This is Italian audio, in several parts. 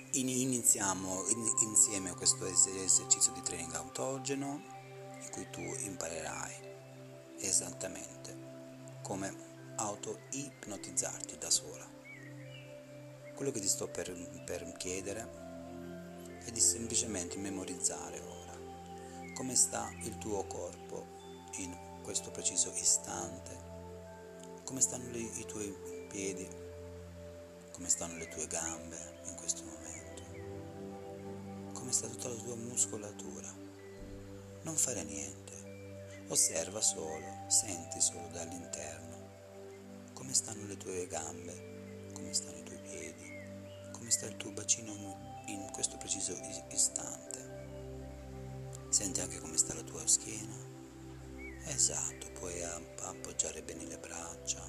Iniziamo insieme questo esercizio di training autogeno in cui tu imparerai esattamente come auto-ipnotizzarti da sola. Quello che ti sto per chiedere è di semplicemente memorizzare ora come sta il tuo corpo in questo preciso istante, come stanno i tuoi piedi, come stanno le tue gambe in questo momento, come sta tutta la tua muscolatura. Non fare niente, osserva solo, senti solo dall'interno come stanno le tue gambe, come stanno i tuoi piedi, come sta il tuo bacino in questo preciso istante. Senti anche come sta la tua schiena. Esatto, puoi appoggiare bene le braccia,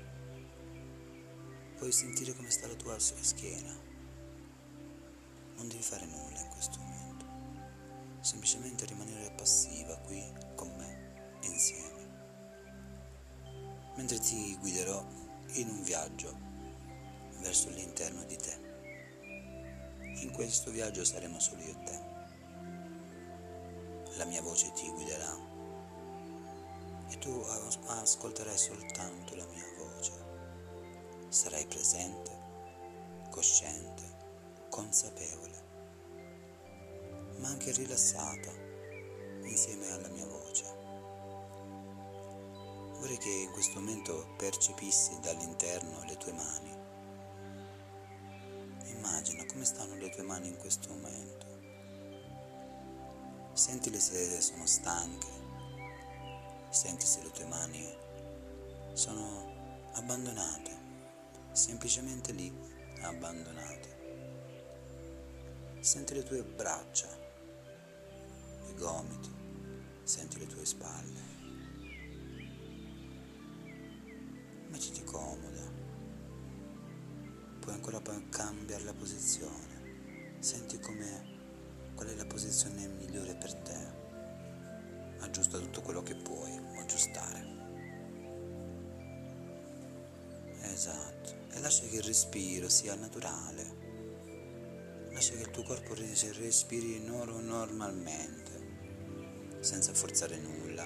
puoi sentire come sta la tua schiena. Non devi fare nulla in questo momento, semplicemente rimanere passiva qui con me, insieme, mentre ti guiderò in un viaggio verso l'interno di te. In questo viaggio saremo solo io e te. La mia voce ti guiderà e tu ascolterai soltanto la mia voce. Sarai presente, cosciente, consapevole, ma anche rilassata insieme alla mia voce. Vorrei che in questo momento percepissi dall'interno le tue mani. Immagina come stanno le tue mani in questo momento. Sentile se sono stanche, senti se le tue mani sono abbandonate, semplicemente lì, abbandonate. Senti le tue braccia, i gomiti, senti le tue spalle. Mettiti comoda, puoi ancora cambiare la posizione, senti qual è la posizione migliore per te, aggiusta tutto quello che puoi aggiustare. Esatto, e lascia che il respiro sia naturale, lascia che il tuo corpo respiri normalmente, senza forzare nulla,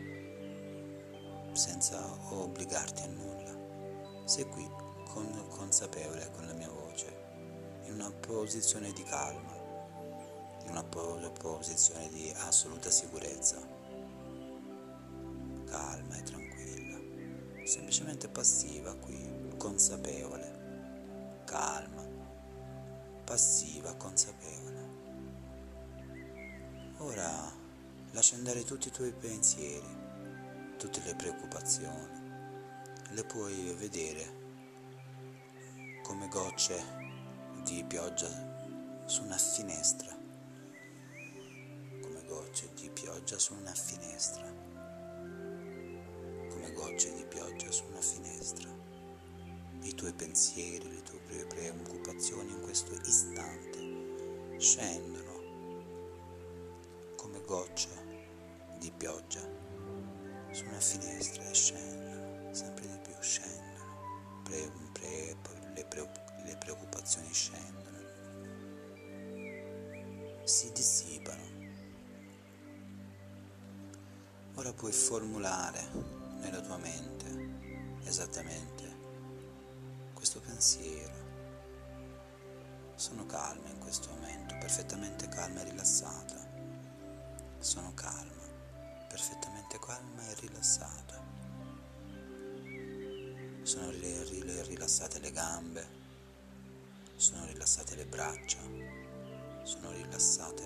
senza obbligarti a nulla. Sei qui consapevole con la mia voce, in una posizione di calma, in una posizione di assoluta sicurezza, calma e tranquilla, semplicemente passiva qui, consapevole, calma, passiva, consapevole. Ora lascia andare tutti i tuoi pensieri, tutte le preoccupazioni, le puoi vedere come gocce di pioggia su una finestra, come gocce di pioggia su una finestra, come gocce di pioggia su una finestra. I tuoi pensieri, le tue preoccupazioni in questo istante scendono come gocce di pioggia su una finestra e scendono, sempre di più scendono, le preoccupazioni scendono, si dissipano. Ora puoi formulare nella tua mente esattamente questo pensiero. Sono calma in questo momento, perfettamente calma e rilassata. Sono calma, perfettamente calma e rilassata. Sono rilassate le gambe, sono rilassate le braccia, sono rilassate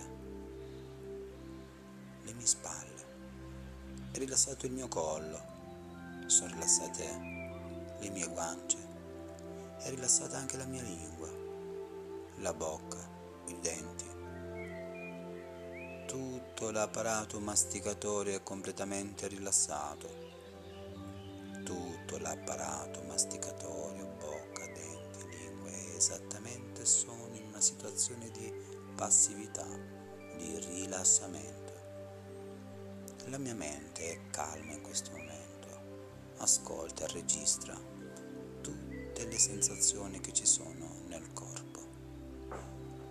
le mie spalle, è rilassato il mio collo, sono rilassate le mie guance, è rilassata anche la mia lingua, la bocca, i denti. Tutto l'apparato masticatorio è completamente rilassato. Tutto l'apparato masticatorio, bocca, denti, lingua, esattamente sono in una situazione di passività, di rilassamento. La mia mente è calma in questo momento, ascolta e registra tutte le sensazioni che ci sono nel corpo.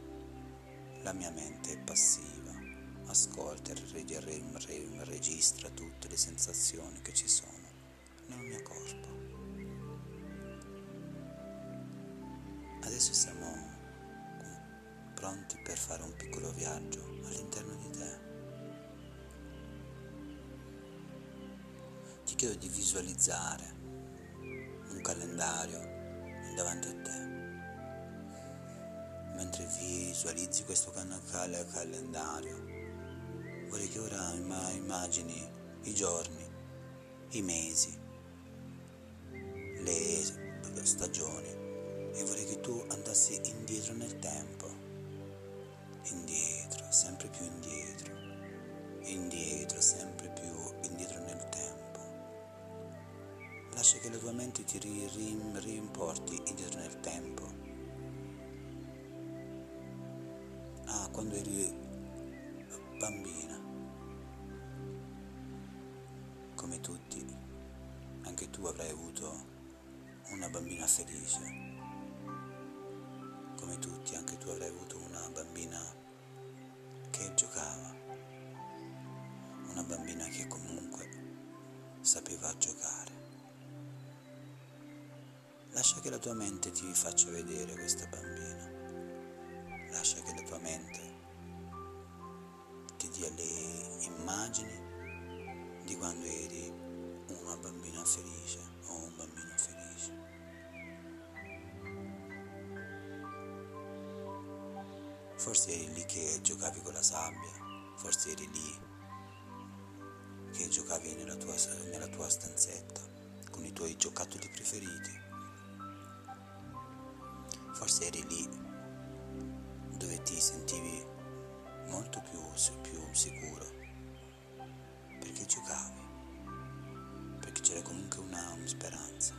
La mia mente è passiva, ascolta e registra tutte le sensazioni che ci sono nel mio corpo. Adesso siamo pronti per fare un piccolo viaggio all'interno di te. Ti chiedo di visualizzare un calendario davanti a te. Mentre visualizzi questo calendario, vorrei che ora immagini i giorni, i mesi, le stagioni, e vorrei che tu andassi indietro nel tempo, indietro, sempre più indietro, indietro, sempre più indietro nel tempo. Lascia che la tua mente ti rimporti indietro nel tempo. Quando eri bambina, come tutti, anche tu avrai avuto una bambina felice. Come tutti, anche tu avrai avuto una bambina che giocava, una bambina che comunque sapeva giocare. Lascia che la tua mente ti faccia vedere questa bambina. Lascia che la tua mente ti dia le immagini di quando eri una bambina felice o un bambino felice. Forse eri lì che giocavi con la sabbia, forse eri lì che giocavi nella tua stanzetta con i tuoi giocattoli preferiti. Forse eri lì dove ti sentivi molto più sicuro, perché giocavi, perché c'era comunque una speranza.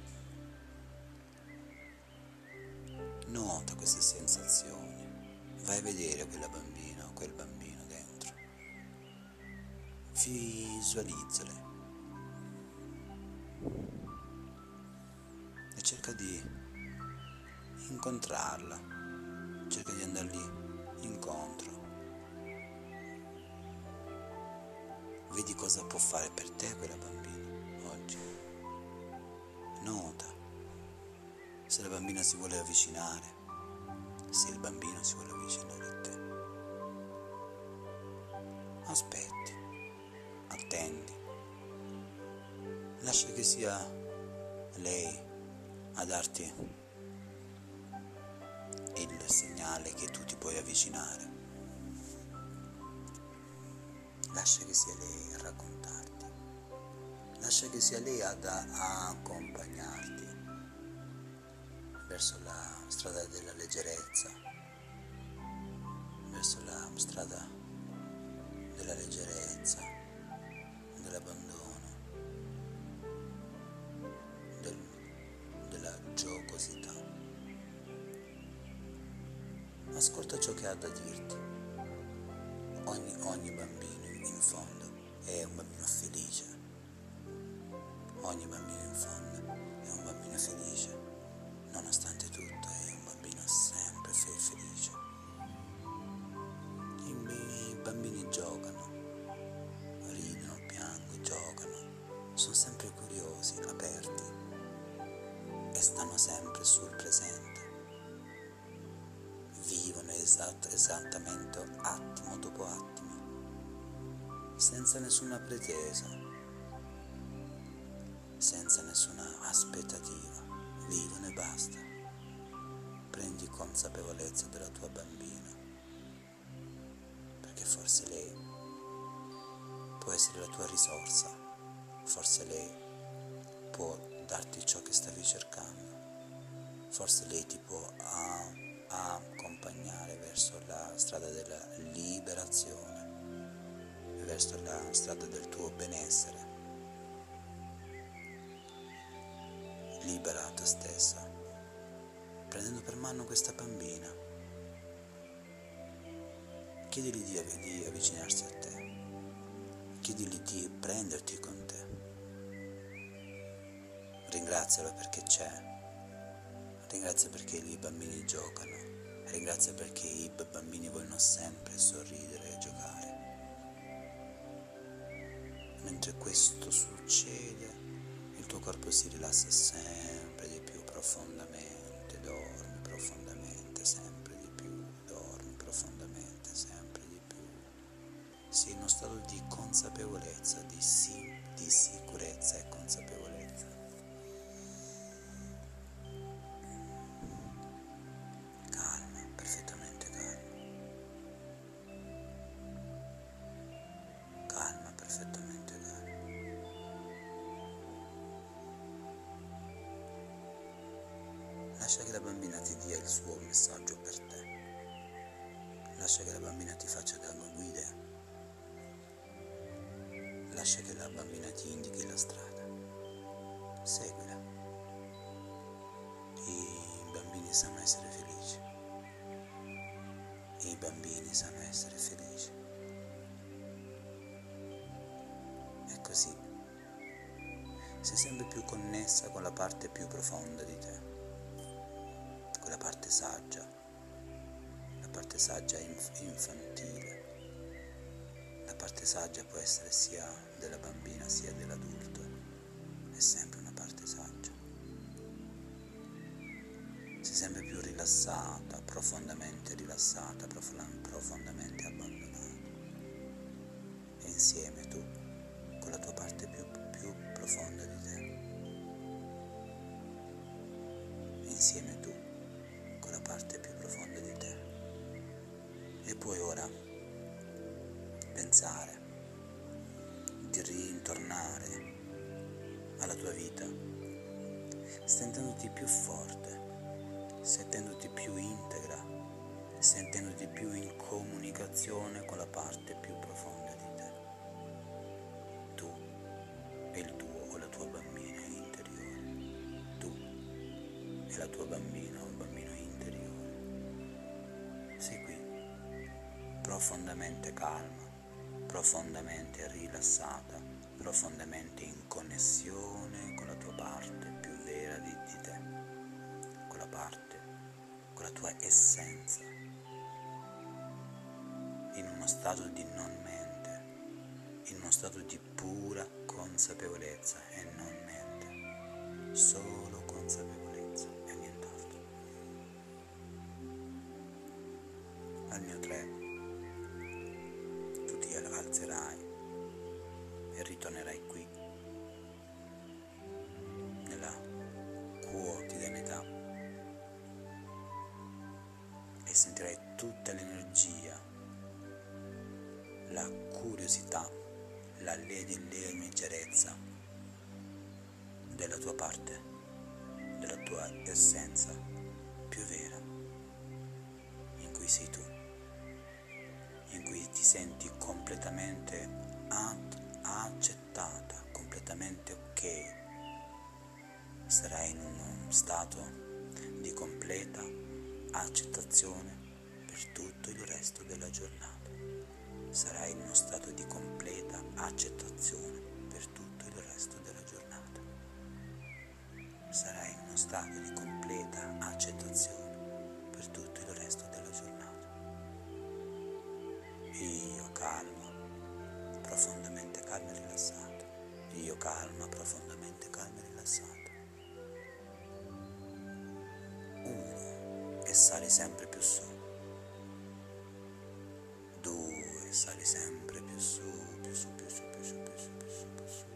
Nota queste sensazioni, vai a vedere quella bambina o quel bambino dentro, visualizzale e cerca di incontrarla, cerca di andargli incontro. Vedi cosa può fare per te quella bambina oggi. Nota se la bambina si vuole avvicinare, se il bambino si vuole avvicinare a te. Aspetti, attendi, lascia che sia lei a darti il segnale che tu ti puoi avvicinare. Lascia che sia lei a raccontarti, lascia che sia lei a accompagnarti verso la strada della leggerezza, verso la strada della leggerezza, dell'abbandono, della giocosità. Ascolta ciò che ha da dirti. Ogni bambino in fondo è un bambino felice. Ogni bambino in fondo è un bambino felice. Nonostante tutto è un bambino sempre felice. I bambini giocano, ridono, piangono, giocano, sono sempre curiosi, aperti e stanno sempre sul presente. Vivono esattamente attimo dopo attimo, senza nessuna pretesa, senza nessuna aspettativa. Vivono e basta. Prendi consapevolezza della tua bambina, perché forse lei può essere la tua risorsa, forse lei può darti ciò che stavi cercando, forse lei ti può accompagnare verso la strada della liberazione, verso la strada del tuo benessere. Libera te stessa, prendendo per mano questa bambina. Chiedigli di avvicinarsi a te, chiedigli di prenderti con te. Ringrazialo perché c'è, ringrazia perché i bambini giocano, ringrazia perché i bambini vogliono sempre sorridere e giocare. Mentre questo succede, il tuo corpo si rilassa sempre di più profondamente, dormi profondamente sempre di più, dormi profondamente sempre di più. Sei in uno stato di consapevolezza, di sicurezza e consapevolezza. Calma, perfettamente calma. Calma, perfettamente calma. Lascia che la bambina ti dia il suo messaggio per te. Lascia che la bambina ti faccia da guida. Lascia che la bambina ti indichi la strada. Seguila. I bambini sanno essere felici. I bambini sanno essere felici. E così sei sempre più connessa con la parte più profonda di te, quella parte saggia, la parte saggia infantile. La parte saggia può essere sia della bambina sia dell'adulto, è sempre una parte saggia. Sei sempre più rilassata, profondamente abbandonata. E insieme tu, con la tua parte più profonda di te, insieme tu, con la parte più profonda di te. E puoi ora pensare di ritornare alla tua vita, sentendoti più forte, sentendoti più integra, sentendoti più in comunicazione con la parte più profonda di te. Tu e il tuo o la tua bambina interiore. Tu e la tua bambina o il bambino interiore. Sei qui, profondamente calma, profondamente rilassata, profondamente in connessione con la tua parte più vera di te, con la parte, con la tua essenza, in uno stato di non mente, in uno stato di pura consapevolezza e non mente, solo consapevolezza e nient'altro. Al mio 3 tu ti alzerai e ritornerai qui, nella quotidianità, e sentirai tutta l'energia, la curiosità, la leggerezza della tua parte, della tua essenza più vera, in cui sei tu, in cui ti senti completamente accettata, completamente ok. Sarai in uno stato di completa accettazione per tutto il resto della giornata. Sarai in uno stato di completa accettazione per tutto il resto della giornata. Sarai in uno stato di completa accettazione per tutto il resto della giornata. Io calma, profondamente calma e rilassata. Io calma, profondamente calma e rilassata. 1 e sali sempre più su. 2, sali sempre più su, più su, più su, più su, più su, più su, più su.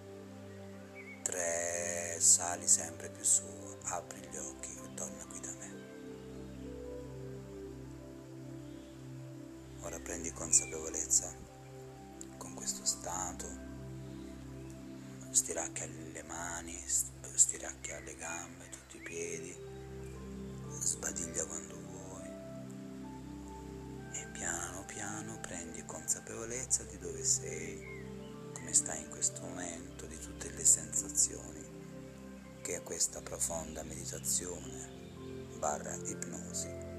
3, sali sempre più su, apri gli occhi e torna qui da me. Ora prendi consapevolezza con questo stato, stiracchia le mani, stiracchia le gambe, tutti i piedi, sbadiglia quando vuoi e piano piano prendi consapevolezza di dove sei, come stai in questo momento, di tutte le sensazioni che questa profonda meditazione / ipnosi